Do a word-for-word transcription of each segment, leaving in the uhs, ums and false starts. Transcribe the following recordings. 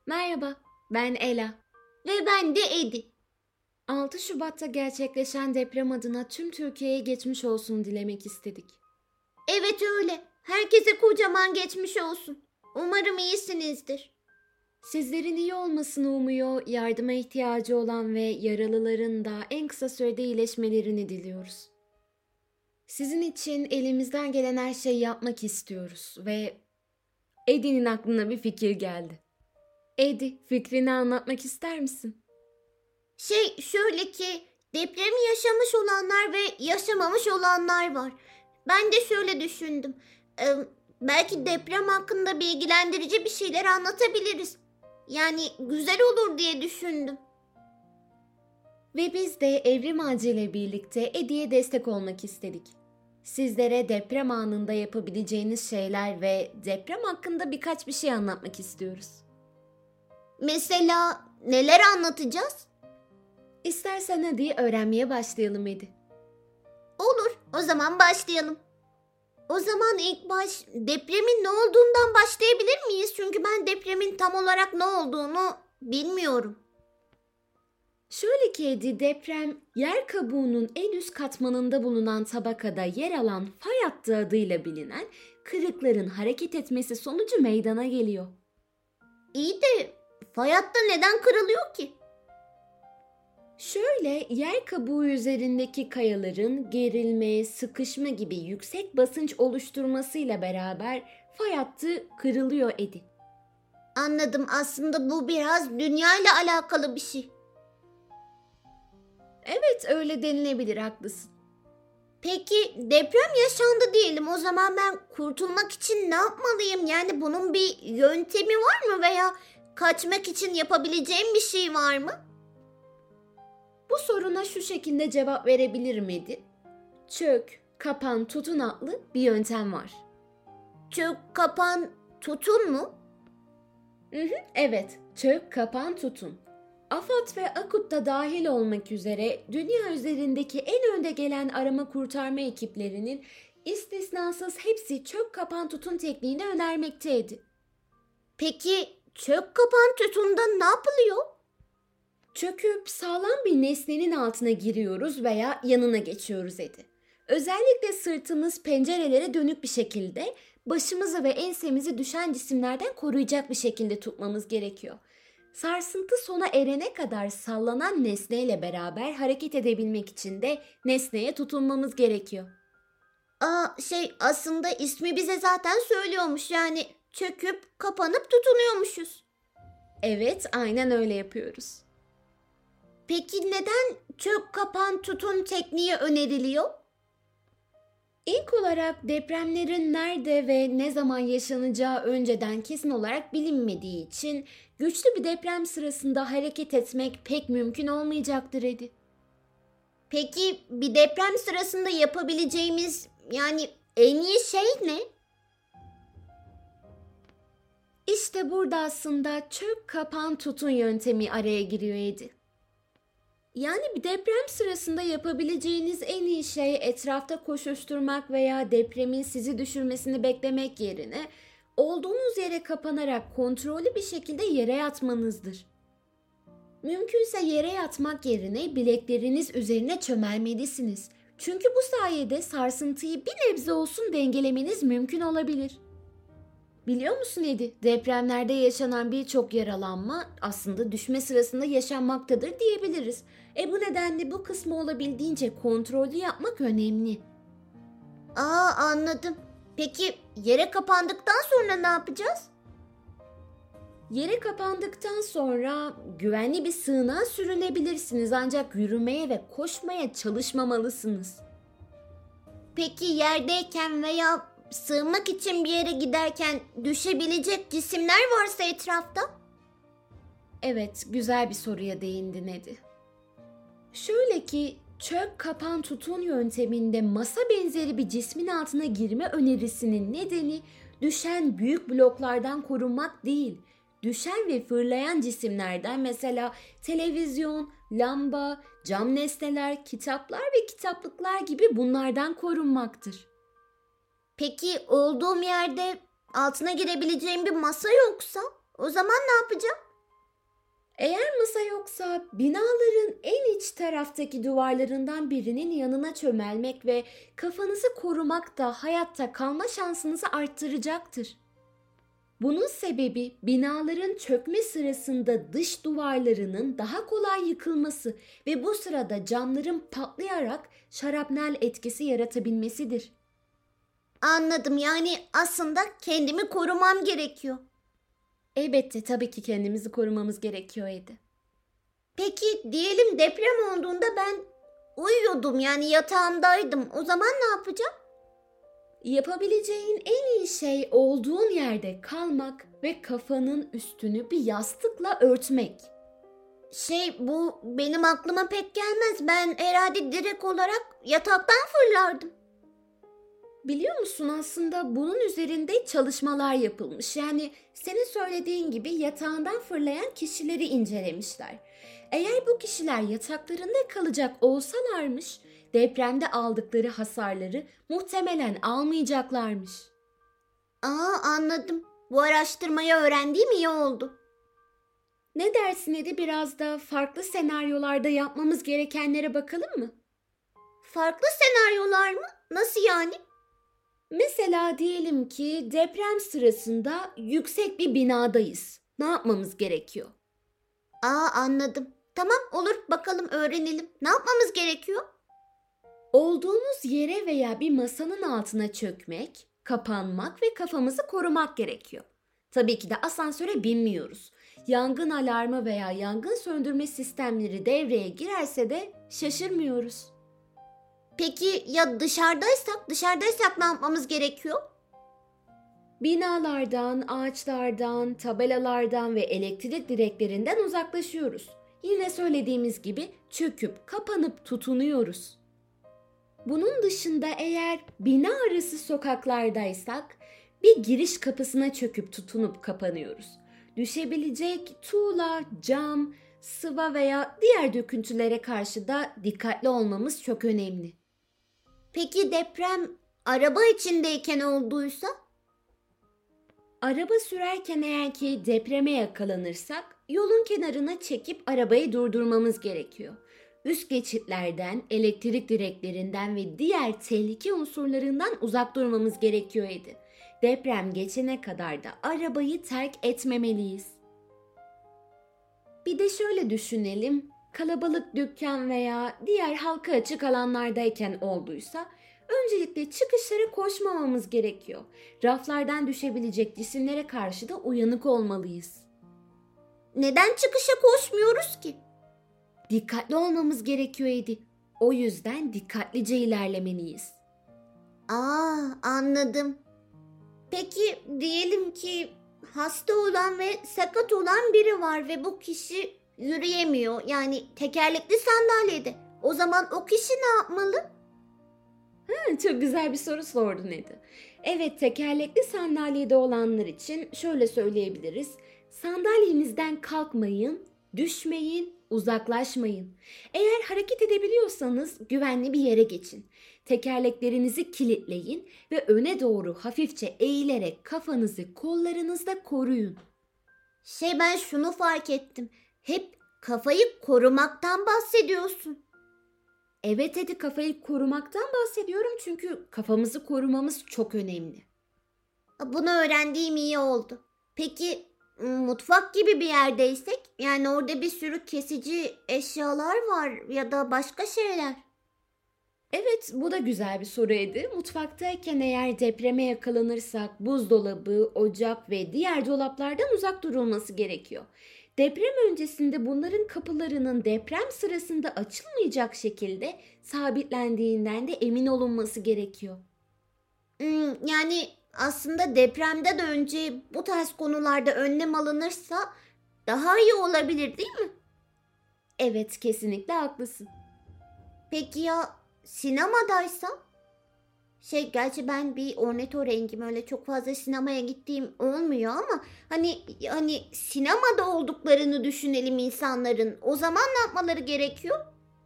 Merhaba, ben Ela. Ve ben de Edi. altı Şubat'ta gerçekleşen deprem adına tüm Türkiye'ye geçmiş olsun dilemek istedik. Evet öyle. Herkese kocaman geçmiş olsun. Umarım iyisinizdir. Sizlerin iyi olmasını umuyor, yardıma ihtiyacı olan ve yaralıların da en kısa sürede iyileşmelerini diliyoruz. Sizin için elimizden gelen her şeyi yapmak istiyoruz ve Edi'nin aklına bir fikir geldi. Edi, fikrini anlatmak ister misin? Şey şöyle ki depremi yaşamış olanlar ve yaşamamış olanlar var. Ben de şöyle düşündüm. Ee, belki deprem hakkında bilgilendirici bir şeyler anlatabiliriz. Yani güzel olur diye düşündüm. Ve biz de Evrim Ağacı ile birlikte Edi'ye destek olmak istedik. Sizlere deprem anında yapabileceğiniz şeyler ve deprem hakkında birkaç bir şey anlatmak istiyoruz. Mesela neler anlatacağız? İstersen hadi öğrenmeye başlayalım Edi. Olur, o zaman başlayalım. O zaman ilk baş depremin ne olduğundan başlayabilir miyiz? Çünkü ben depremin tam olarak ne olduğunu bilmiyorum. Şöyle ki Edi, deprem yer kabuğunun en üst katmanında bulunan tabakada yer alan fay hattı adıyla bilinen kırıkların hareket etmesi sonucu meydana geliyor. İyi de fay hattı neden kırılıyor ki? Şöyle yer kabuğu üzerindeki kayaların gerilme, sıkışma gibi yüksek basınç oluşturmasıyla beraber fay hattı kırılıyor Edi. Anladım, aslında bu biraz dünya ile alakalı bir şey. Evet, öyle denilebilir, haklısın. Peki deprem yaşandı diyelim, o zaman ben kurtulmak için ne yapmalıyım? Yani bunun bir yöntemi var mı veya kaçmak için yapabileceğim bir şey var mı? Bu soruna şu şekilde cevap verebilirim Edi. Çök, kapan, tutun adlı bir yöntem var. Çök, kapan, tutun mu? Hı hı, evet, çök, kapan, tutun. AFAD ve AKUT da dahil olmak üzere dünya üzerindeki en önde gelen arama kurtarma ekiplerinin istisnasız hepsi çök, kapan, tutun tekniğini önermekteydi. Peki çök, kapan, tutunda ne yapılıyor? Çöküp sağlam bir nesnenin altına giriyoruz veya yanına geçiyoruz Edi. Özellikle sırtımız pencerelere dönük bir şekilde başımızı ve ensemizi düşen cisimlerden koruyacak bir şekilde tutmamız gerekiyor. Sarsıntı sona erene kadar sallanan nesneyle beraber hareket edebilmek için de nesneye tutunmamız gerekiyor. Aa, şey aslında ismi bize zaten söylüyormuş, yani çöküp kapanıp tutunuyormuşuz. Evet, aynen öyle yapıyoruz. Peki neden çök, kapan, tutun tekniği öneriliyor? İlk olarak depremlerin nerede ve ne zaman yaşanacağı önceden kesin olarak bilinmediği için güçlü bir deprem sırasında hareket etmek pek mümkün olmayacaktır Edi. Peki bir deprem sırasında yapabileceğimiz, yani en iyi şey ne? İşte burada aslında çök, kapan, tutun yöntemi araya giriyor Edi. Yani bir deprem sırasında yapabileceğiniz en iyi şey etrafta koşuşturmak veya depremin sizi düşürmesini beklemek yerine olduğunuz yere kapanarak kontrollü bir şekilde yere yatmanızdır. Mümkünse yere yatmak yerine bilekleriniz üzerine çömelmelisiniz. Çünkü bu sayede sarsıntıyı bir nebze olsun dengelemeniz mümkün olabilir. Biliyor musun Edi, depremlerde yaşanan birçok yaralanma aslında düşme sırasında yaşanmaktadır diyebiliriz. E bu nedenle bu kısmı olabildiğince kontrollü yapmak önemli. Aa, anladım. Peki yere kapandıktan sonra ne yapacağız? Yere kapandıktan sonra güvenli bir sığınağa sürünebilirsiniz, ancak yürümeye ve koşmaya çalışmamalısınız. Peki yerdeyken veya sığınmak için bir yere giderken düşebilecek cisimler varsa etrafta? Evet, güzel bir soruya değindin Edi. Şöyle ki çök, kapan, tutun yönteminde masa benzeri bir cismin altına girme önerisinin nedeni düşen büyük bloklardan korunmak değil, düşen ve fırlayan cisimlerden, mesela televizyon, lamba, cam nesneler, kitaplar ve kitaplıklar gibi bunlardan korunmaktır. Peki olduğum yerde altına girebileceğim bir masa yoksa o zaman ne yapacağım? Eğer masa yoksa binaların en iç taraftaki duvarlarından birinin yanına çömelmek ve kafanızı korumak da hayatta kalma şansınızı arttıracaktır. Bunun sebebi binaların çökme sırasında dış duvarlarının daha kolay yıkılması ve bu sırada camların patlayarak şarapnel etkisi yaratabilmesidir. Anladım, yani aslında kendimi korumam gerekiyor. Elbette tabii ki kendimizi korumamız gerekiyor Edi. Peki diyelim deprem olduğunda ben uyuyordum, yani yatağımdaydım. O zaman ne yapacağım? Yapabileceğin en iyi şey olduğun yerde kalmak ve kafanın üstünü bir yastıkla örtmek. Şey, bu benim aklıma pek gelmez. Ben herhalde direkt olarak yataktan fırlardım. Biliyor musun, aslında bunun üzerinde çalışmalar yapılmış. Yani senin söylediğin gibi yatağından fırlayan kişileri incelemişler. Eğer bu kişiler yataklarında kalacak olsalarmış, depremde aldıkları hasarları muhtemelen almayacaklarmış. Aa, anladım. Bu araştırmayı öğrendiğim iyi oldu. Ne dersin Edi, biraz da farklı senaryolarda yapmamız gerekenlere bakalım mı? Farklı senaryolar mı? Nasıl yani? Mesela diyelim ki deprem sırasında yüksek bir binadayız. Ne yapmamız gerekiyor? Aa, anladım. Tamam, olur, bakalım, öğrenelim. Ne yapmamız gerekiyor? Olduğumuz yere veya bir masanın altına çökmek, kapanmak ve kafamızı korumak gerekiyor. Tabii ki de asansöre binmiyoruz. Yangın alarmı veya yangın söndürme sistemleri devreye girerse de şaşırmıyoruz. Peki ya dışarıdaysak? Dışarıdaysak ne yapmamız gerekiyor? Binalardan, ağaçlardan, tabelalardan ve elektrik direklerinden uzaklaşıyoruz. Yine söylediğimiz gibi çöküp kapanıp tutunuyoruz. Bunun dışında eğer bina arası sokaklardaysak bir giriş kapısına çöküp tutunup kapanıyoruz. Düşebilecek tuğla, cam, sıva veya diğer döküntülere karşı da dikkatli olmamız çok önemli. Peki deprem araba içindeyken olduysa? Araba sürerken eğer ki depreme yakalanırsak yolun kenarına çekip arabayı durdurmamız gerekiyor. Üst geçitlerden, elektrik direklerinden ve diğer tehlike unsurlarından uzak durmamız gerekiyor Edi. Deprem geçene kadar da arabayı terk etmemeliyiz. Bir de şöyle düşünelim, kalabalık dükkan veya diğer halka açık alanlardayken olduysa öncelikle çıkışlara koşmamamız gerekiyor. Raflardan düşebilecek cisimlere karşı da uyanık olmalıyız. Neden çıkışa koşmuyoruz ki? Dikkatli olmamız gerekiyor Edi. O yüzden dikkatlice ilerlemeliyiz. Aa, anladım. Peki diyelim ki hasta olan ve sakat olan biri var ve bu kişi yürüyemiyor. Yani tekerlekli sandalyede. O zaman o kişi ne yapmalı? Ha, çok güzel bir soru sordun Edi. Evet, tekerlekli sandalyede olanlar için şöyle söyleyebiliriz. Sandalyenizden kalkmayın, düşmeyin, uzaklaşmayın. Eğer hareket edebiliyorsanız güvenli bir yere geçin. Tekerleklerinizi kilitleyin ve öne doğru hafifçe eğilerek kafanızı kollarınızda koruyun. Şey, ben şunu fark ettim. Hep kafayı korumaktan bahsediyorsun. Evet Edi, kafayı korumaktan bahsediyorum çünkü kafamızı korumamız çok önemli. Bunu öğrendiğim iyi oldu. Peki mutfak gibi bir yerdeysek, yani orada bir sürü kesici eşyalar var ya da başka şeyler. Evet, bu da güzel bir soru Edi. Mutfaktayken eğer depreme yakalanırsak buzdolabı, ocak ve diğer dolaplardan uzak durulması gerekiyor. Deprem öncesinde bunların kapılarının deprem sırasında açılmayacak şekilde sabitlendiğinden de emin olunması gerekiyor. Hmm, yani aslında depremden önce bu tarz konularda önlem alınırsa daha iyi olabilir, değil mi? Evet, kesinlikle haklısın. Peki ya sinemadaysam? Şey, gerçi ben bir ornitorengim, öyle çok fazla sinemaya gittiğim olmuyor ama hani hani sinemada olduklarını düşünelim insanların. O zaman ne yapmaları gerekiyor?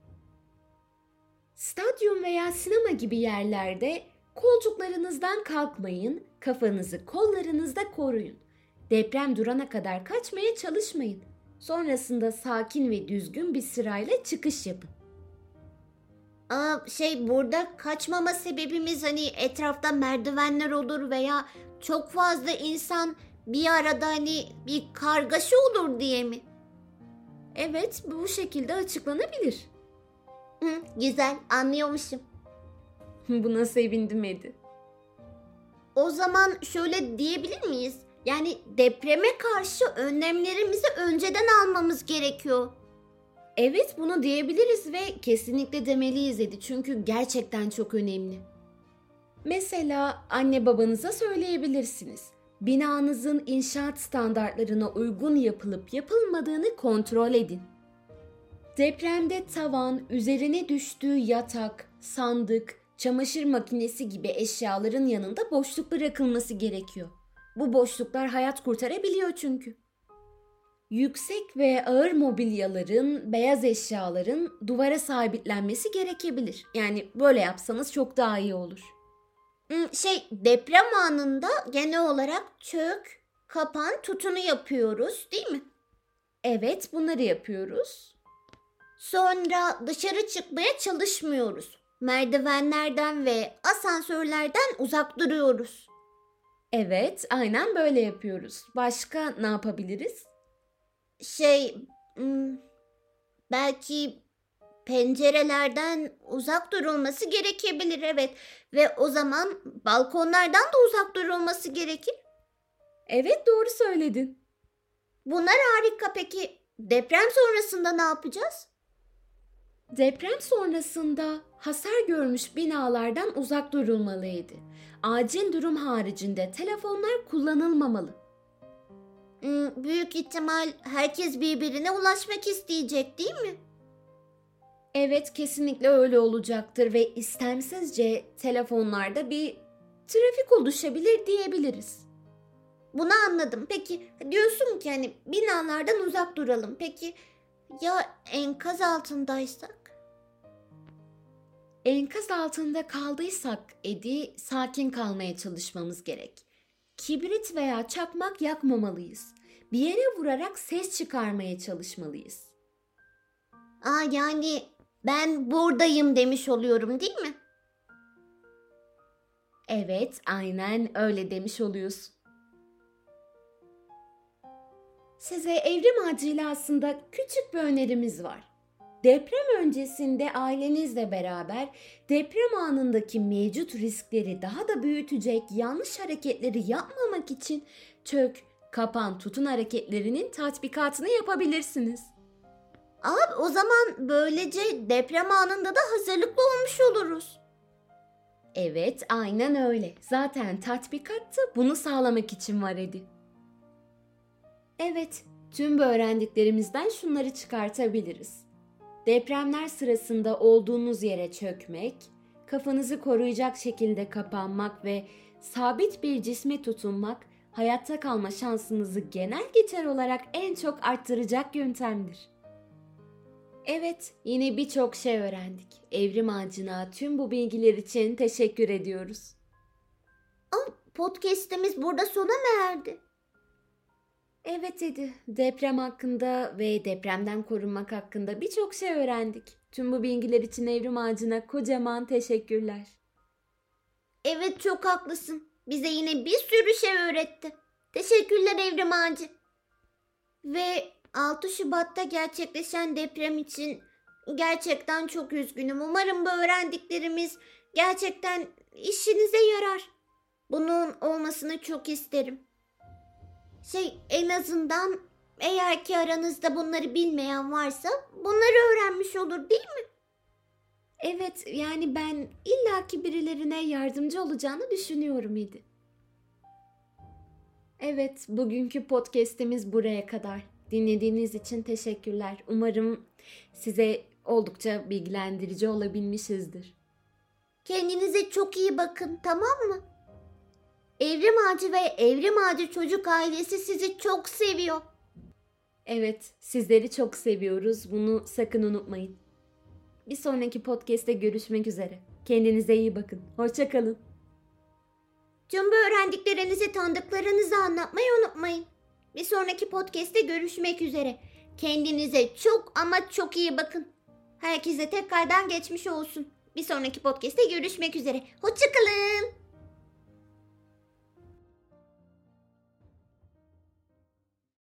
Stadyum veya sinema gibi yerlerde koltuklarınızdan kalkmayın, kafanızı kollarınızda koruyun. Deprem durana kadar kaçmaya çalışmayın. Sonrasında sakin ve düzgün bir sırayla çıkış yapın. Aa, şey burada kaçmama sebebimiz hani etrafta merdivenler olur veya çok fazla insan bir arada hani bir kargaşa olur diye mi? Evet, bu şekilde açıklanabilir. Hı, güzel, anlıyormuşum. Buna sevindim Edi. O zaman şöyle diyebilir miyiz? Yani depreme karşı önlemlerimizi önceden almamız gerekiyor. Evet, bunu diyebiliriz ve kesinlikle demeliyiz Edi, çünkü gerçekten çok önemli. Mesela anne babanıza söyleyebilirsiniz. Binanızın inşaat standartlarına uygun yapılıp yapılmadığını kontrol edin. Depremde tavan, üzerine düştüğü yatak, sandık, çamaşır makinesi gibi eşyaların yanında boşluk bırakılması gerekiyor. Bu boşluklar hayat kurtarabiliyor çünkü. Yüksek ve ağır mobilyaların, beyaz eşyaların duvara sabitlenmesi gerekebilir. Yani böyle yapsanız çok daha iyi olur. Hmm, Şey deprem anında genel olarak çök, kapan, tutunu yapıyoruz değil mi? Evet, bunları yapıyoruz. Sonra dışarı çıkmaya çalışmıyoruz. Merdivenlerden ve asansörlerden uzak duruyoruz. Evet, aynen böyle yapıyoruz. Başka ne yapabiliriz? Şey, hmm, belki pencerelerden uzak durulması gerekebilir, evet. Ve o zaman balkonlardan da uzak durulması gerekir. Evet, doğru söyledin. Bunlar harika. Peki deprem sonrasında ne yapacağız? Deprem sonrasında hasar görmüş binalardan uzak durulmalıydı. Acil durum haricinde telefonlar kullanılmamalı. Hmm, büyük ihtimal herkes birbirine ulaşmak isteyecek değil mi? Evet, kesinlikle öyle olacaktır ve istemsizce telefonlarda bir trafik oluşabilir diyebiliriz. Bunu anladım. Peki diyorsun ki hani binalardan uzak duralım. Peki ya enkaz altındaysak? Enkaz altında kaldıysak Edi, sakin kalmaya çalışmamız gerek. Kibrit veya çakmak yakmamalıyız. Bir yere vurarak ses çıkarmaya çalışmalıyız. Aa, yani ben buradayım demiş oluyorum değil mi? Evet, aynen öyle demiş oluyorsun. Size evrim ağacıyla aslında küçük bir önerimiz var. Deprem öncesinde ailenizle beraber deprem anındaki mevcut riskleri daha da büyütecek yanlış hareketleri yapmamak için çök, kapan, tutun hareketlerinin tatbikatını yapabilirsiniz. Abi o zaman böylece deprem anında da hazırlıklı olmuş oluruz. Evet, aynen öyle. Zaten tatbikat da bunu sağlamak için var Edi. Evet, tüm bu öğrendiklerimizden şunları çıkartabiliriz. Depremler sırasında olduğunuz yere çökmek, kafanızı koruyacak şekilde kapanmak ve sabit bir cisme tutunmak, hayatta kalma şansınızı genel geçer olarak en çok arttıracak yöntemdir. Evet, yine birçok şey öğrendik. Evrim Ağacı'na tüm bu bilgiler için teşekkür ediyoruz. Aa, podcast'imiz burada sona mı erdi? Evet Edi, deprem hakkında ve depremden korunmak hakkında birçok şey öğrendik. Tüm bu bilgiler için Evrim Ağacı'na kocaman teşekkürler. Evet, çok haklısın. Bize yine bir sürü şey öğretti. Teşekkürler Evrim Ağacı. Ve altı Şubat'ta gerçekleşen deprem için gerçekten çok üzgünüm. Umarım bu öğrendiklerimiz gerçekten işinize yarar. Bunun olmasını çok isterim. Şey, en azından eğer ki aranızda bunları bilmeyen varsa bunları öğrenmiş olur değil mi? Evet, yani ben illaki birilerine yardımcı olacağını düşünüyorum Edi. Evet, bugünkü podcast'imiz buraya kadar. Dinlediğiniz için teşekkürler. Umarım size oldukça bilgilendirici olabilmişizdir. Kendinize çok iyi bakın, tamam mı? Evrim Ağacı ve Evrim Ağacı Çocuk ailesi sizi çok seviyor. Evet, sizleri çok seviyoruz. Bunu sakın unutmayın. Bir sonraki podcast'te görüşmek üzere. Kendinize iyi bakın. Hoşça kalın. Tüm bu öğrendiklerinizi tanıdıklarınıza anlatmayı unutmayın. Bir sonraki podcast'te görüşmek üzere. Kendinize çok ama çok iyi bakın. Herkese tekrardan geçmiş olsun. Bir sonraki podcast'te görüşmek üzere. Hoşça kalın.